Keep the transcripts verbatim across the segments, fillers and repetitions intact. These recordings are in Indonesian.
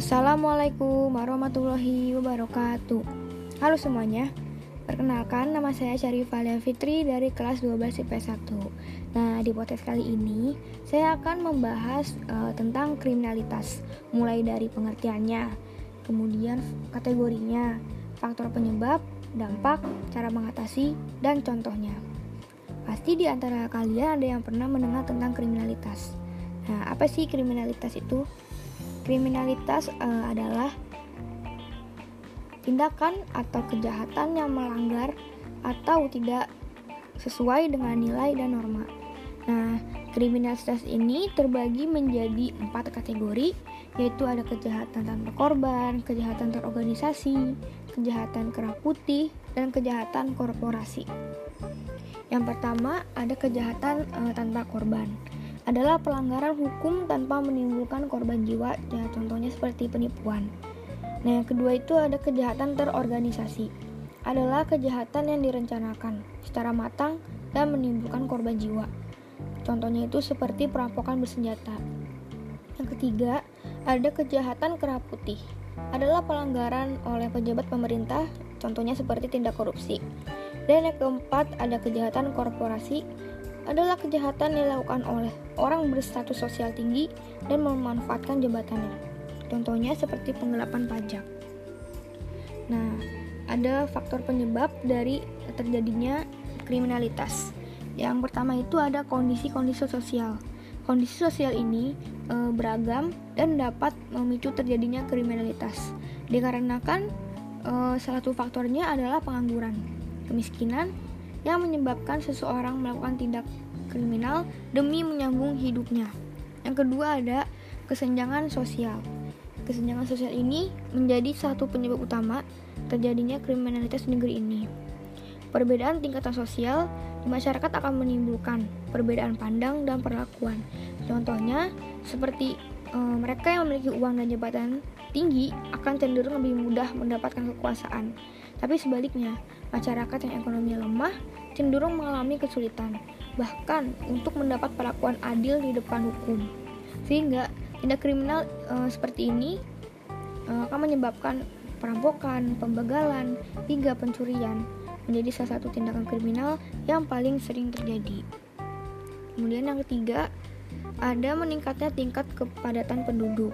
Assalamualaikum warahmatullahi wabarakatuh. Halo semuanya, perkenalkan nama saya Syarifah Fitri dari kelas dua belas I P S satu. Nah, di podcast kali ini saya akan membahas uh, tentang kriminalitas, mulai dari pengertiannya, kemudian kategorinya, faktor penyebab, dampak, cara mengatasi, dan contohnya. Pasti di antara kalian ada yang pernah mendengar tentang kriminalitas. Nah, apa sih kriminalitas itu? Kriminalitas uh, adalah tindakan atau kejahatan yang melanggar atau tidak sesuai dengan nilai dan norma. Nah, kriminalitas ini terbagi menjadi empat kategori, yaitu ada kejahatan tanpa korban, kejahatan terorganisasi, kejahatan kerah putih, dan kejahatan korporasi. Yang pertama ada kejahatan uh, tanpa korban. Adalah pelanggaran hukum tanpa menimbulkan korban jiwa, ya contohnya seperti penipuan. Nah, yang kedua itu ada kejahatan terorganisasi. Adalah kejahatan yang direncanakan secara matang dan menimbulkan korban jiwa. Contohnya itu seperti perampokan bersenjata. Yang ketiga, ada kejahatan kerah putih. Adalah pelanggaran oleh pejabat pemerintah, contohnya seperti tindak korupsi. Dan yang keempat, ada kejahatan korporasi. Adalah kejahatan yang dilakukan oleh orang berstatus sosial tinggi dan memanfaatkan jabatannya. Contohnya seperti penggelapan pajak. Nah, ada faktor penyebab dari terjadinya kriminalitas. Yang pertama itu ada kondisi-kondisi sosial. Kondisi sosial ini e, beragam dan dapat memicu terjadinya kriminalitas. Dikarenakan e, salah satu faktornya adalah pengangguran, kemiskinan, yang menyebabkan seseorang melakukan tindak kriminal demi menyambung hidupnya. Yang kedua ada kesenjangan sosial. Kesenjangan sosial ini menjadi satu penyebab utama terjadinya kriminalitas di negeri ini. Perbedaan tingkatan sosial di masyarakat akan menimbulkan perbedaan pandang dan perlakuan. Contohnya seperti e, mereka yang memiliki uang dan jabatan tinggi akan cenderung lebih mudah mendapatkan kekuasaan. Tapi sebaliknya, masyarakat yang ekonominya lemah cenderung mengalami kesulitan, bahkan untuk mendapat perlakuan adil di depan hukum. Sehingga tindak kriminal e, seperti ini e, akan menyebabkan perampokan, pembegalan, hingga pencurian menjadi salah satu tindakan kriminal yang paling sering terjadi. Kemudian yang ketiga, ada meningkatnya tingkat kepadatan penduduk.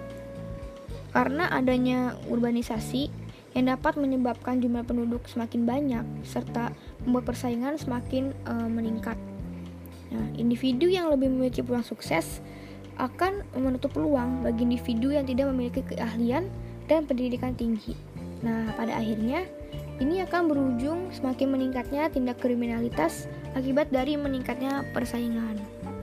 Karena adanya urbanisasi yang dapat menyebabkan jumlah penduduk semakin banyak serta membuat persaingan semakin e, meningkat. Nah, individu yang lebih memiliki peluang sukses akan menutup peluang bagi individu yang tidak memiliki keahlian dan pendidikan tinggi. Nah, pada akhirnya ini akan berujung semakin meningkatnya tindak kriminalitas akibat dari meningkatnya persaingan.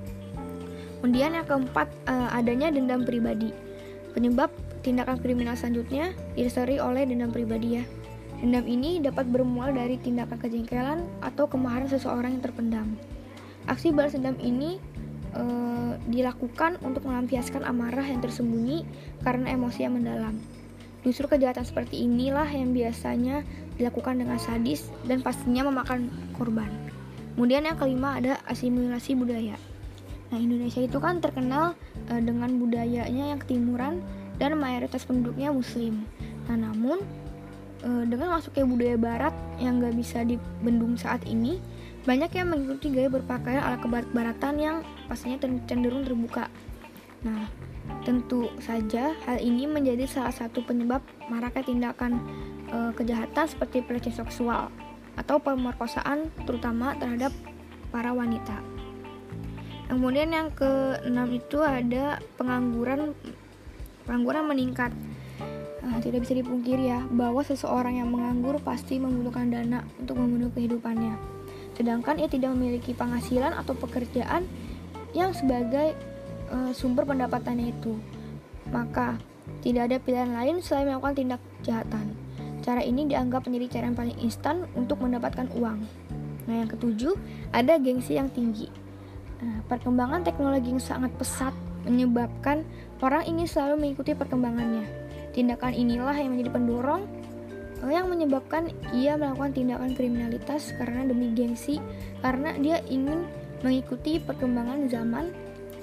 Kemudian yang keempat, e, adanya dendam pribadi. Penyebab tindakan kriminal selanjutnya disertai oleh dendam pribadi ya. Dendam ini dapat bermula dari tindakan kejengkelan atau kemarahan seseorang yang terpendam. Aksi balas dendam ini e, dilakukan untuk melampiaskan amarah yang tersembunyi karena emosi yang mendalam. Justru kejahatan seperti inilah yang biasanya dilakukan dengan sadis dan pastinya memakan korban. Kemudian yang kelima ada asimilasi budaya. Nah, Indonesia itu kan terkenal e, dengan budayanya yang ketimuran dan mayoritas penduduknya muslim. Nah, namun e, dengan masuknya budaya barat yang gak bisa dibendung saat ini, banyak yang mengikuti gaya berpakaian ala kebarat-baratan yang pastinya cenderung terbuka. Nah, tentu saja hal ini menjadi salah satu penyebab maraknya tindakan e, kejahatan seperti pelecehan seksual atau pemerkosaan terutama terhadap para wanita. Kemudian yang keenam itu ada pengangguran Pengangguran meningkat. Nah, tidak bisa dipungkiri ya bahwa seseorang yang menganggur pasti membutuhkan dana untuk memenuhi kehidupannya. Sedangkan ia tidak memiliki penghasilan atau pekerjaan yang sebagai e, sumber pendapatannya itu. Maka tidak ada pilihan lain selain melakukan tindak kejahatan. Cara ini dianggap menjadi cara yang paling instan untuk mendapatkan uang. Nah, yang ketujuh ada gengsi yang tinggi. Nah, perkembangan teknologi yang sangat pesat menyebabkan orang ingin selalu mengikuti perkembangannya. Tindakan inilah yang menjadi pendorong yang menyebabkan ia melakukan tindakan kriminalitas karena demi gengsi, karena dia ingin mengikuti perkembangan zaman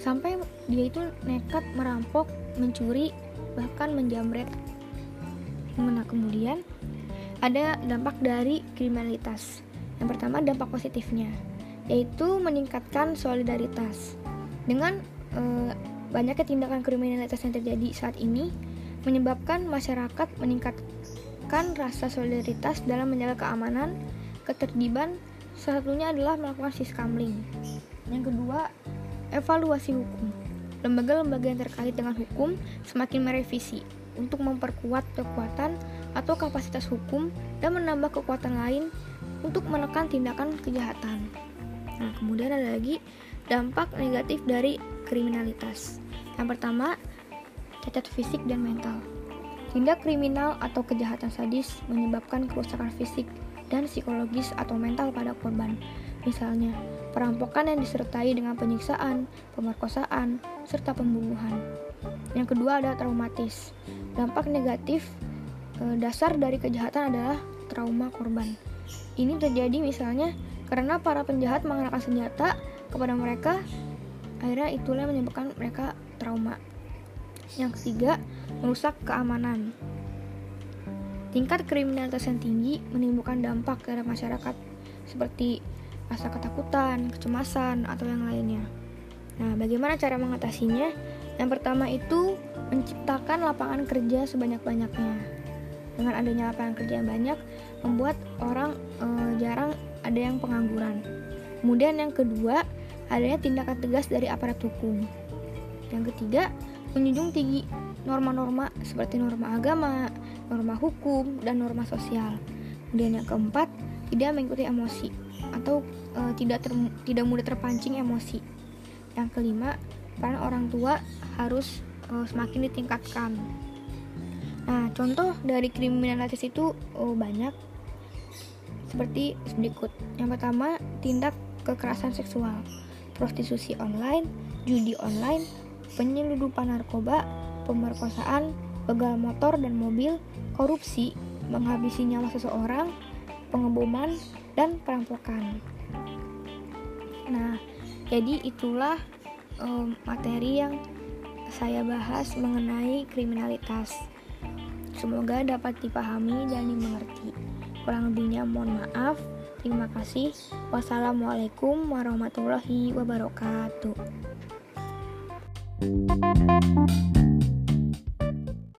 sampai dia itu nekat merampok, mencuri, bahkan menjamret. Nah, kemudian ada dampak dari kriminalitas. Yang pertama, dampak positifnya, yaitu meningkatkan solidaritas. Dengan e, banyaknya tindakan kriminalitas yang terjadi saat ini, menyebabkan masyarakat meningkatkan rasa solidaritas dalam menjaga keamanan, ketertiban. Salah satunya adalah melakukan siskamling. Yang kedua, evaluasi hukum. Lembaga-lembaga yang terkait dengan hukum semakin merevisi untuk memperkuat kekuatan atau kapasitas hukum dan menambah kekuatan lain untuk menekan tindakan kejahatan. Nah, kemudian ada lagi dampak negatif dari kriminalitas. Yang pertama, cacat fisik dan mental. Tindak kriminal atau kejahatan sadis menyebabkan kerusakan fisik dan psikologis atau mental pada korban. Misalnya, perampokan yang disertai dengan penyiksaan, pemerkosaan, serta pembunuhan. Yang kedua ada traumatis. Dampak negatif e, dasar dari kejahatan adalah trauma korban. Ini terjadi misalnya karena para penjahat mengenakan senjata kepada mereka, akhirnya itulah yang menyebabkan mereka trauma. Yang ketiga, merusak keamanan. Tingkat kriminalitas yang tinggi menimbulkan dampak terhadap masyarakat seperti rasa ketakutan, kecemasan, atau yang lainnya. Nah, bagaimana cara mengatasinya? Yang pertama itu menciptakan lapangan kerja sebanyak-banyaknya. Dengan adanya lapangan kerja yang banyak, membuat orang e, jarang ada yang pengangguran. Kemudian yang kedua, adanya tindakan tegas dari aparat hukum. Yang ketiga, menjunjung tinggi norma-norma seperti norma agama, norma hukum, dan norma sosial. Kemudian yang keempat, tidak mengikuti emosi atau e, tidak ter, tidak mudah terpancing emosi. Yang kelima, peran orang tua harus e, semakin ditingkatkan. Nah, contoh dari kriminalitas itu oh, banyak seperti berikut. Yang pertama, tindak kekerasan seksual, prostitusi online, judi online, penyelundupan narkoba, pemerkosaan, begal motor dan mobil, korupsi, menghabisi nyawa seseorang, pengeboman, dan perampokan. Nah, jadi itulah um, materi yang saya bahas mengenai kriminalitas. Semoga dapat dipahami dan dimengerti. Kurang lebihnya mohon maaf. Terima kasih. Wassalamualaikum warahmatullahi wabarakatuh.